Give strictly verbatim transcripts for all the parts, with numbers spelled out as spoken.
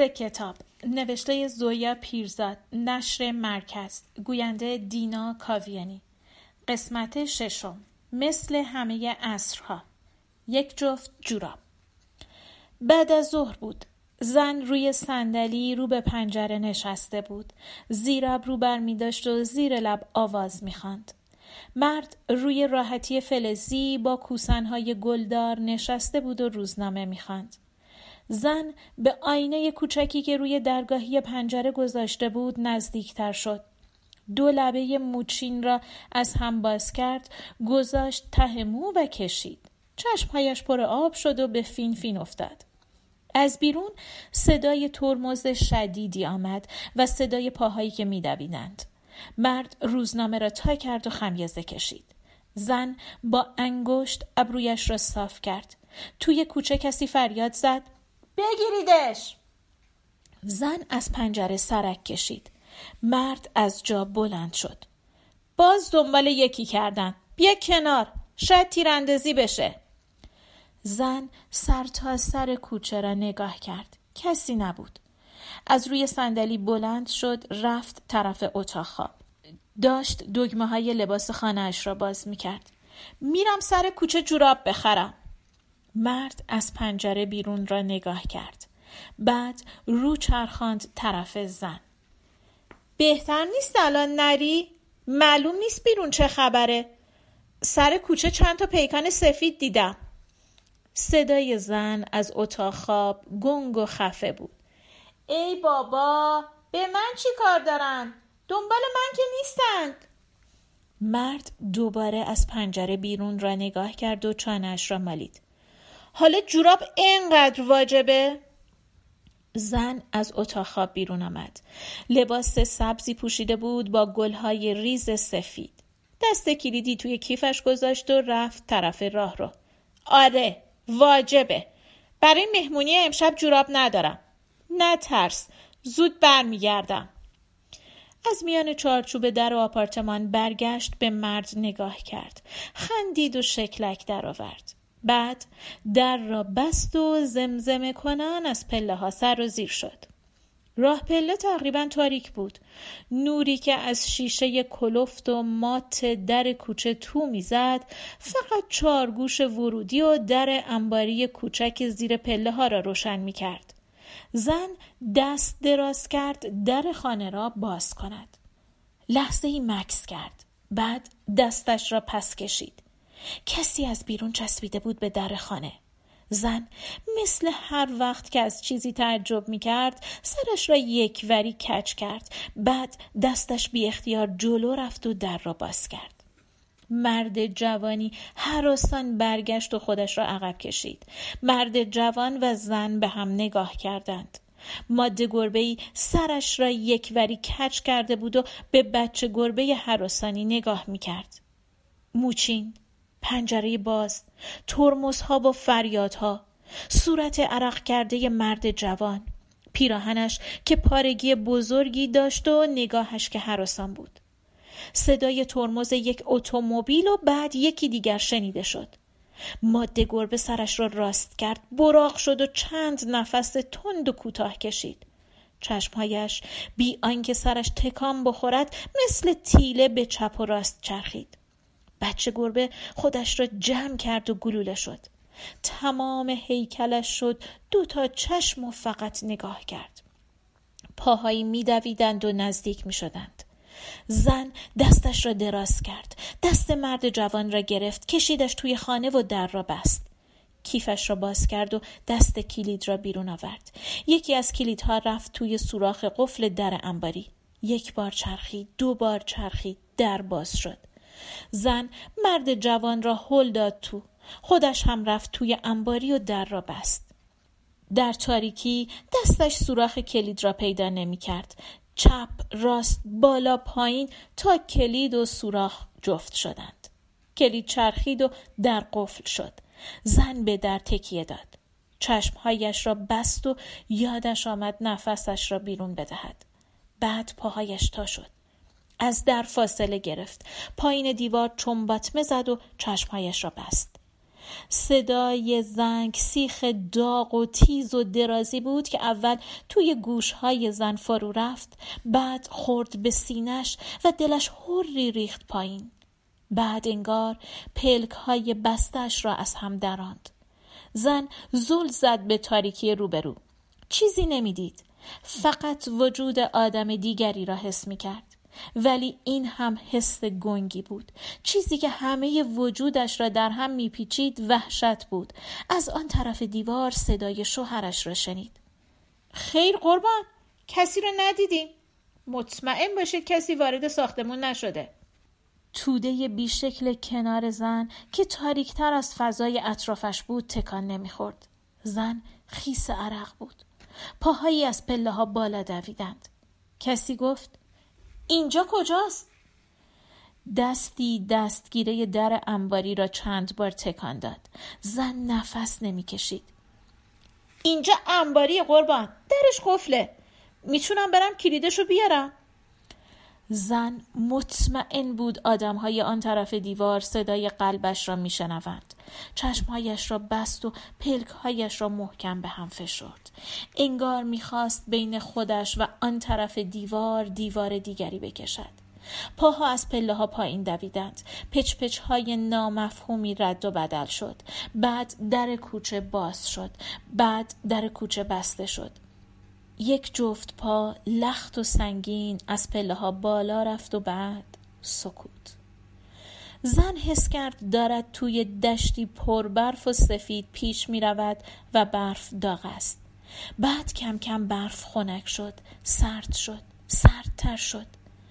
سه کتاب، نوشته زویا پیرزاد، نشر مرکز، گوینده دینا کاویانی. قسمت ششم، مثل همه عصرها. یک جفت جوراب. بعد از ظهر بود. زن روی صندلی رو به پنجره نشسته بود. زیر ابرو برمی داشت و زیر لب آواز می خواند. مرد روی راحتی فلزی با کوسنهای گلدار نشسته بود و روزنامه می خواند. زن به آینه کوچکی که روی درگاهی پنجره گذاشته بود نزدیکتر شد. دو لبه موچین را از هم باز کرد، گذاشت ته مو و کشید. چشمهایش پر آب شد و به فین فین افتاد. از بیرون صدای ترمز شدیدی آمد و صدای پاهایی که می‌دویدند. مرد روزنامه را تا کرد و خمیازه کشید. زن با انگشت ابرویش را صاف کرد. توی کوچه کسی فریاد زد: بگیریدش! زن از پنجره سرک کشید. مرد از جا بلند شد. باز دنبال یکی کردن. بیا کنار، شاید تیراندازی بشه. زن سر تا سر کوچه را نگاه کرد. کسی نبود. از روی صندلی بلند شد، رفت طرف اتاق خواب. داشت دگمه های لباس خانه اش را باز می کرد. میرم سر کوچه جوراب بخرم. مرد از پنجره بیرون را نگاه کرد. بعد رو چرخاند طرف زن. بهتر نیست الان نری؟ معلوم نیست بیرون چه خبره. سر کوچه چند تا پیکان سفید دیدم. صدای زن از اتاق خواب گنگ و خفه بود. ای بابا، به من چی کار دارن؟ دنبال من که نیستند. مرد دوباره از پنجره بیرون را نگاه کرد و چانه‌اش را مالید. حالا جوراب اینقدر واجبه؟ زن از اتاق خواب بیرون آمد. لباس سبزی پوشیده بود با گلهای ریز سفید. دست کلیدی توی کیفش گذاشت و رفت طرف راه رو. آره، واجبه. برای مهمونی امشب جوراب ندارم. نه ترس، زود برمیگردم. از میان چارچوب در آپارتمان برگشت، به مرد نگاه کرد. خندید و شکلک درآورد. بعد در را بست و زمزمه کنان از پله ها سر و زیر شد. راه پله تقریبا تاریک بود. نوری که از شیشه کلفت و مات در کوچه تو میزد فقط چارگوش ورودی و در انباری کوچک زیر پله ها را روشن می کرد. زن دست دراز کرد در خانه را باز کند. لحظه ای مکث کرد. بعد دستش را پس کشید. کسی از بیرون چسبیده بود به در خانه. زن مثل هر وقت که از چیزی تعجب می کرد سرش را یک وری کج کرد. بعد دستش بی اختیار جلو رفت و در را باز کرد. مرد جوانی هراسان برگشت و خودش را عقب کشید. مرد جوان و زن به هم نگاه کردند. ماده گربه‌ای سرش را یک وری کج کرده بود و به بچه گربه هراسانی نگاه می کرد. موچین، پنجره باز، ترمزها و فریادها، صورت عرق کرده مرد جوان، پیراهنش که پارگی بزرگی داشت و نگاهش که هراسان بود. صدای ترمز یک اتومبیل و بعد یکی دیگر شنیده شد. ماده گربه سرش را راست کرد، براق شد و چند نفس تند و کوتاه کشید. چشمهایش بی آنکه سرش تکان بخورد مثل تیله به چپ و راست چرخید. بچه گربه خودش را جمع کرد و گلوله شد. تمام هیکلش شد دو تا چشم و فقط نگاه کرد. پاهایی می دویدند و نزدیک می شدند. زن دستش را دراز کرد. دست مرد جوان را گرفت، کشیدش توی خانه و در را بست. کیفش را باز کرد و دست کلید را بیرون آورد. یکی از کلیدها رفت توی سوراخ قفل در انباری. یک بار چرخید، دو بار چرخید، در باز شد. زن مرد جوان را هل داد تو. خودش هم رفت توی انباری و در را بست. در تاریکی دستش سوراخ کلید را پیدا نمی کرد. چپ، راست، بالا، پایین تا کلید و سوراخ جفت شدند. کلید چرخید و در قفل شد. زن به در تکیه داد. چشمهایش را بست و یادش آمد نفسش را بیرون بدهد. بعد پاهایش تا شد. از در فاصله گرفت. پایین دیوار چنباتمه زد و چشمهایش را بست. صدای زنگ سیخ داغ و تیز و درازی بود که اول توی گوشهای زن فرو رفت، بعد خورد به سینش و دلش هوری ریخت پایین. بعد انگار پلک‌های بستش را از هم دراند. زن زل زد به تاریکی روبرو. چیزی نمیدید، فقط وجود آدم دیگری را حس می‌کرد. ولی این هم حس گنگی بود. چیزی که همه وجودش را در هم میپیچید وحشت بود. از آن طرف دیوار صدای شوهرش را شنید. خیر قربان، کسی را ندیدیم. مطمئن باشید کسی وارد ساختمون نشده. توده بیشکل کنار زن که تاریکتر از فضای اطرافش بود تکان نمیخورد. زن خیس عرق بود. پاهایی از پله ها بالا دویدند. کسی گفت اینجا کجاست؟ دستی دستگیره در انباری را چند بار تکان داد. زن نفس نمی کشید. اینجا انباری قربان، درش قفله. میتونم برم کلیدشو بیارم؟ زن مطمئن بود آدمهای آن طرف دیوار صدای قلبش را میشنوند. چشمهایش را بست و پلکهایش را محکم به هم فشرد. انگار میخواست بین خودش و آن طرف دیوار دیوار دیگری بکشد. پاها از پله ها پایین دویدند. پچ پچ های نامفهومی رد و بدل شد. بعد در کوچه باز شد. بعد در کوچه بسته شد. یک جفت پا لخت و سنگین از پله ها بالا رفت و بعد سکوت. زن حس کرد دارد توی دشتی پر برف و سفید پیش می رود و برف داغ است. بعد کم کم برف خنک شد، سرد شد، سردتر شد.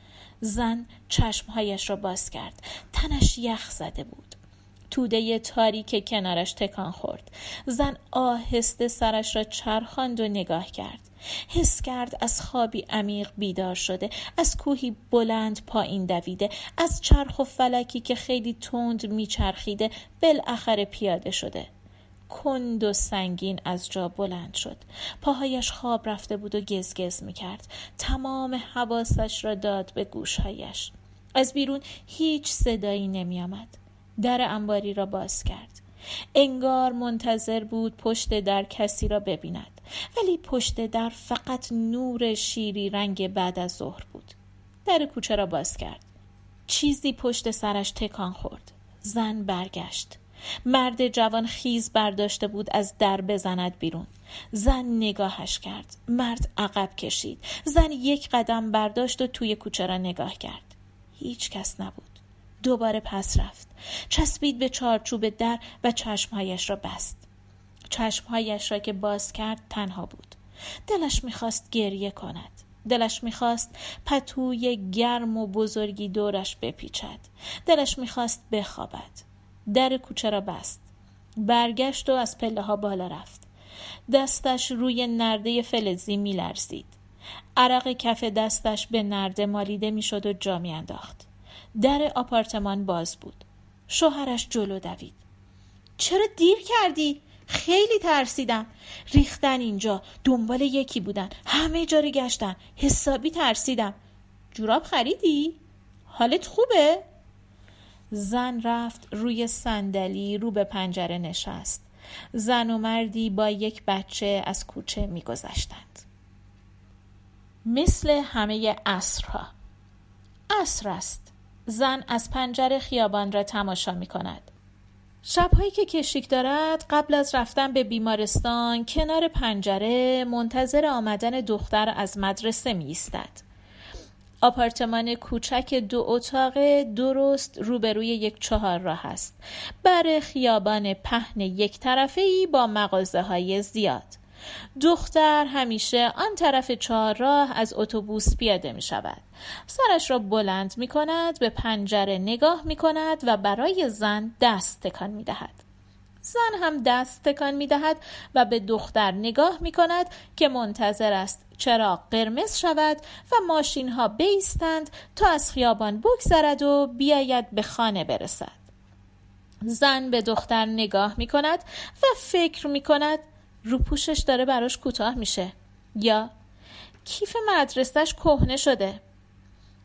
زن چشمهایش را باز کرد. تنش یخ زده بود. توده تاریک کنارش تکان خورد. زن آهسته سرش را چرخاند و نگاه کرد. حس کرد از خوابی عمیق بیدار شده، از کوهی بلند پایین دویده، از چرخ و فلکی که خیلی تند میچرخیده بالاخره پیاده شده. کند و سنگین از جا بلند شد. پاهایش خواب رفته بود و گزگز میکرد. تمام حواسش را داد به گوشهایش. از بیرون هیچ صدایی نمی آمد. در انباری را باز کرد. انگار منتظر بود پشت در کسی را ببیند، ولی پشت در فقط نور شیری رنگ بعد از ظهر بود. در کوچه را باز کرد. چیزی پشت سرش تکان خورد. زن برگشت. مرد جوان خیز برداشته بود از در بزند بیرون. زن نگاهش کرد. مرد عقب کشید. زن یک قدم برداشت و توی کوچه را نگاه کرد. هیچ کس نبود. دوباره پس رفت. چسبید به چارچوب در و چشمهایش را بست. چشمهایش را که باز کرد تنها بود. دلش میخواست گریه کند. دلش میخواست پتوی گرم و بزرگی دورش بپیچد. دلش میخواست بخوابد. در کوچه را بست. برگشت و از پله ها بالا رفت. دستش روی نرده فلزی میلرزید. عرق کف دستش به نرده مالیده میشد و جا میانداخت. در آپارتمان باز بود. شوهرش جلو دوید. چرا دیر کردی؟ خیلی ترسیدم. ریختن اینجا، دنبال یکی بودن، همه جا رو گشتن، حسابی ترسیدم. جوراب خریدی؟ حالت خوبه؟ زن رفت روی صندلی رو به پنجره نشست. زن و مردی با یک بچه از کوچه می گذشتند. مثل همه عصرها. عصر است. زن از پنجره خیابان را تماشا می کند. شبهایی که کشیک دارد قبل از رفتن به بیمارستان کنار پنجره منتظر آمدن دختر از مدرسه می ایستد. آپارتمان کوچک دو اتاقه درست روبروی یک چهارراه است. بر خیابان پهن یک طرفه‌ای با مغازه‌های زیاد. دختر همیشه آن طرف چهارراه از اتوبوس پیاده می شود. سرش را بلند می کند، به پنجره نگاه می کند و برای زن دست تکان می دهد. زن هم دست تکان می دهد و به دختر نگاه می کند که منتظر است چراغ قرمز شود و ماشین ها بایستند تا از خیابان بگذرد و بیاید به خانه برسد. زن به دختر نگاه می کند و فکر می کند روپوشش داره براش کوتاه میشه، یا کیف مدرسهش کهنه شده.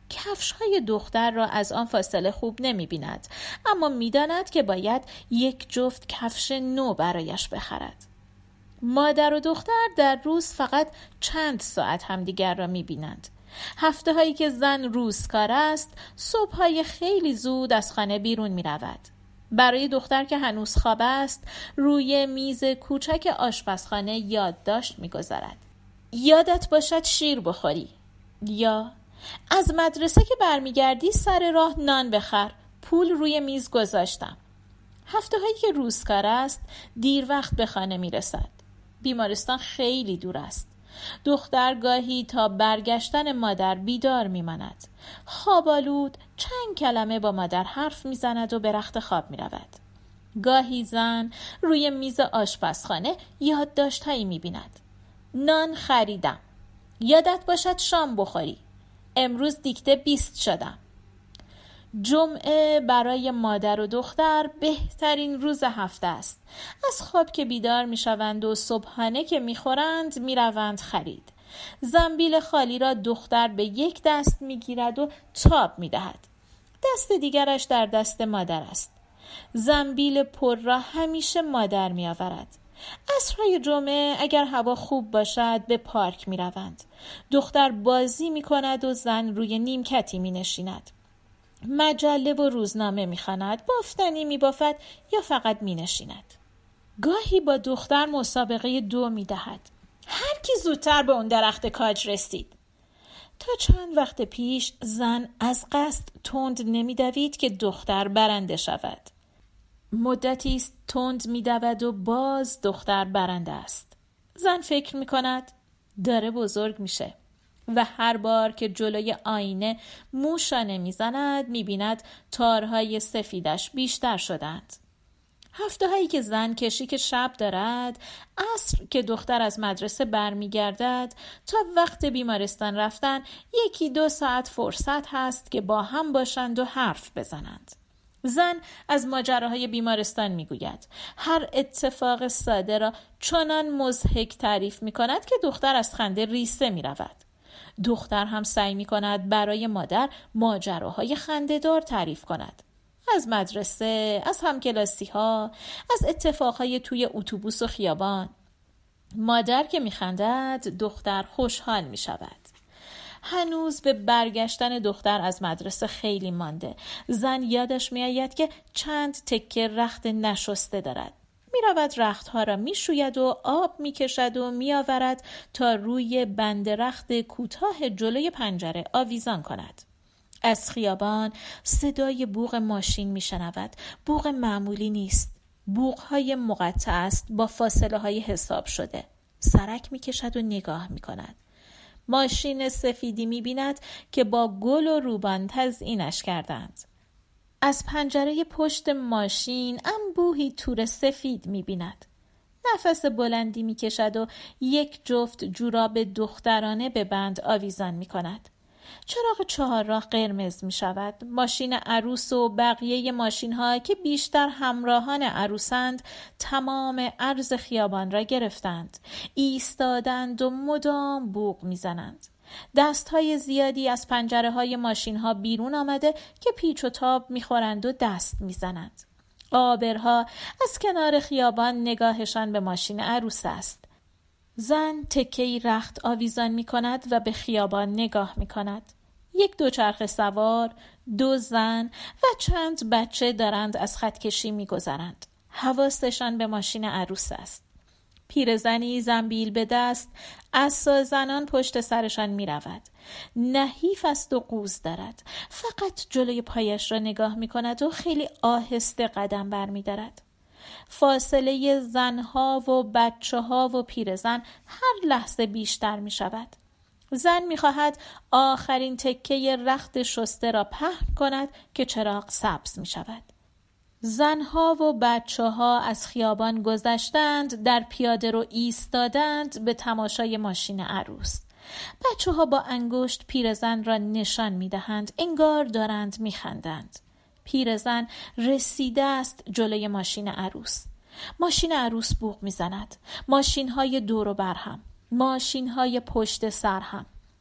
کفش های دختر را از آن فاصله خوب نمی بیند، اما می داند که باید یک جفت کفش نو برایش بخرد. مادر و دختر در روز فقط چند ساعت همدیگر را می بینند. هفته هایی که زن روزکار است، صبح های خیلی زود از خانه بیرون می رود. برای دختر که هنوز خواب است، روی میز کوچک آشپزخانه یادداشت می گذارد. یادت باشد شیر بخوری، یا از مدرسه که برمیگردی سر راه نان بخر، پول روی میز گذاشتم. هفته هایی که روزکار است، دیر وقت به خانه می رسد. بیمارستان خیلی دور است. دختر گاهی تا برگشتن مادر بیدار می ماند. خوابالود چند کلمه با مادر حرف می زند و به رخت خواب می رود. گاهی زن روی میز آشپزخانه یادداشت‌هایی می بیند. نان خریدم. یادت باشد شام بخوری. امروز دیکته بیست شدم. جمعه برای مادر و دختر بهترین روز هفته است. از خواب که بیدار می شوند و صبحانه که می خورند می روند خرید. زنبیل خالی را دختر به یک دست می گیرد و تاب می دهد. دست دیگرش در دست مادر است. زنبیل پر را همیشه مادر می آورد. عصرهای جمعه اگر هوا خوب باشد به پارک می روند. دختر بازی می کند و زن روی نیمکتی می نشیند. مجله و روزنامه می خواند، بافتنی می بافد یا فقط می نشیند. گاهی با دختر مسابقه دو می دهد. هر کی زودتر به اون درخت کاج رسید. تا چند وقت پیش زن از قصد تند نمی دوید که دختر برنده شود. مدتی است تند می دود و باز دختر برنده است. زن فکر می کند داره بزرگ میشه و هر بار که جلوی آینه موشانه می زند می بیند تارهای سفیدش بیشتر شدند. هفته هایی که زن کشیک شب دارد، عصر که دختر از مدرسه برمی گردد تا وقت بیمارستان رفتن یکی دو ساعت فرصت هست که با هم باشند و حرف بزنند. زن از ماجراهای بیمارستان می گوید. هر اتفاق ساده را چنان مضحک تعریف می کند که دختر از خنده ریسه می رود. دختر هم سعی می کند برای مادر ماجراهای خنده‌دار تعریف کند. از مدرسه، از همکلاسی ها، از اتفاقهای توی اتوبوس و خیابان. مادر که می خندد، دختر خوشحال می شود. هنوز به برگشتن دختر از مدرسه خیلی مانده. زن یادش می آید که چند تکه رخت نشسته دارد. می رود رختها را می شوید و آب می کشد و می آورد تا روی بند رخت کوتاه جلوی پنجره آویزان کند. از خیابان صدای بوق ماشین می شنود. بوق معمولی نیست. بوقهای مقطع است با فاصله های حساب شده. سرک می کشد و نگاه می کند. ماشین سفیدی می بیند که با گل و روبان تزیینش کردند. از پنجره پشت ماشین انبوهی تور سفید می بیند. نفس بلندی می کشد و یک جفت جوراب دخترانه به بند آویزان می کند. چراغ چهارراه قرمز می شود. ماشین عروس و بقیه ماشین ها که بیشتر همراهان عروسند تمام عرض خیابان را گرفتند. ایستادند و مدام بوق می زنند. دست های زیادی از پنجره های ماشین ها بیرون آمده که پیچ و تاب می خورند و دست می زنند. آبرها از کنار خیابان نگاهشان به ماشین عروس است. زن تکه‌ای رخت آویزان می کند و به خیابان نگاه می کند. یک دوچرخه سوار، دو زن و چند بچه دارند از خط کشی می گذرند. حواسشان به ماشین عروس است. پیرزنی زنبیل به دست عصا زنان پشت سرشان می رود. نحیف است و قوز دارد. فقط جلوی پایش را نگاه می کند و خیلی آهسته قدم بر می دارد. فاصله زنها و بچه ها و پیرزن هر لحظه بیشتر می شود. زن می خواهد آخرین تکه رخت شسته را پهن کند که چراغ سبز می شود. زنها و بچه ها از خیابان گذشتند، در پیاده رو ایستادند به تماشای ماشین عروس. بچه ها با انگشت پیرزن را نشان می دهند، انگار دارند می خندند. پیرزن رسیده است جلوی ماشین عروس. ماشین عروس بوق می زند. ماشین های دور و بر هم. ماشین های پشت سر هم.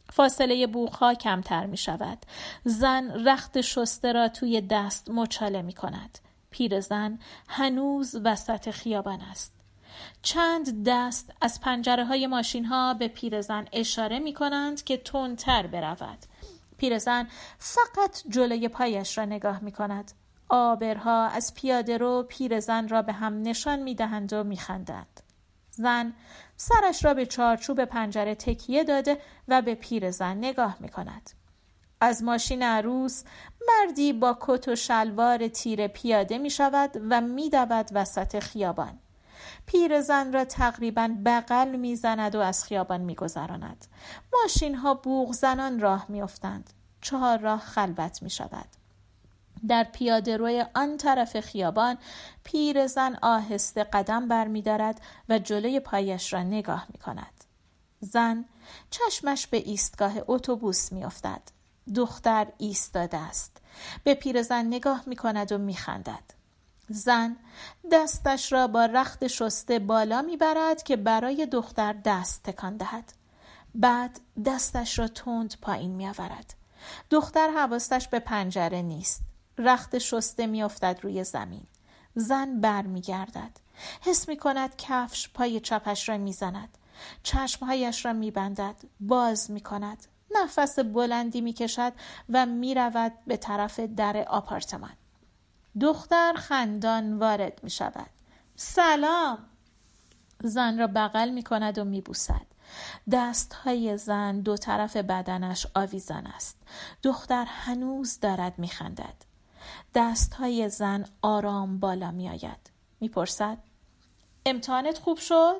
فاصله بوق‌ها کمتر می شود. زن رخت شسته را توی دست مچاله می کند. پیرزن هنوز وسط خیابان است. چند دست از پنجره های ماشین ها به پیرزن اشاره می کنند که تندتر برود. پیرزن فقط جلوی پایش را نگاه می کند. آبرها از پیاده رو پیرزن را به هم نشان می دهند و می خندند. زن سرش را به چارچوب پنجره تکیه داده و به پیرزن نگاه می کند. از ماشین عروس مردی با کت و شلوار تیره پیاده می شود و می دود وسط خیابان. پیرزن را تقریباً بغل می زند و از خیابان می گذراند. ماشین ها بوق زنان راه می افتند. چهار راه خلوت می شود. در پیاده روی آن طرف خیابان پیرزن آهسته قدم بر می دارد و جلوی پایش را نگاه می کند. زن چشمش به ایستگاه اتوبوس می افتد. دختر ایستاده است. به پیرزن نگاه می کند و می خندد. زن دستش را با رخت شسته بالا می برد که برای دختر دست تکان دهد. بعد دستش را تند پایین می آورد. دختر حواسش به پنجره نیست. رخت شسته می افتد روی زمین. زن بر می گردد. حس می کند کفش پای چپش را می زند. چشمهایش را می بندد. باز می کند. نفس بلندی می کشد و می رود به طرف در آپارتمان. دختر خندان وارد می شود. سلام. زن را بغل می کند و می بوسد. دستهای زن دو طرف بدنش آویزان است. دختر هنوز دارد می خندد. دستهای زن آرام بالا می آید. می پرسد امتحانت خوب شد؟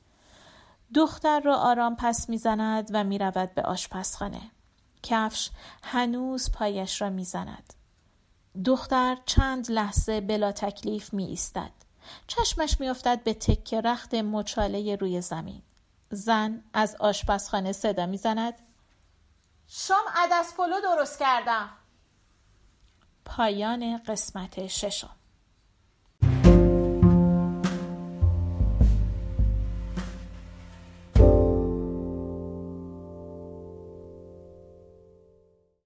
دختر را آرام پس می زند و می رود به آشپزخانه. کفش هنوز پایش را می زند. دختر چند لحظه بلا تکلیف می ایستد. چشمش می افتد به تکه رخت مچاله روی زمین. زن از آشپزخانه صدا می زند شام عدس پلو درست کردم. پایان قسمت ششم.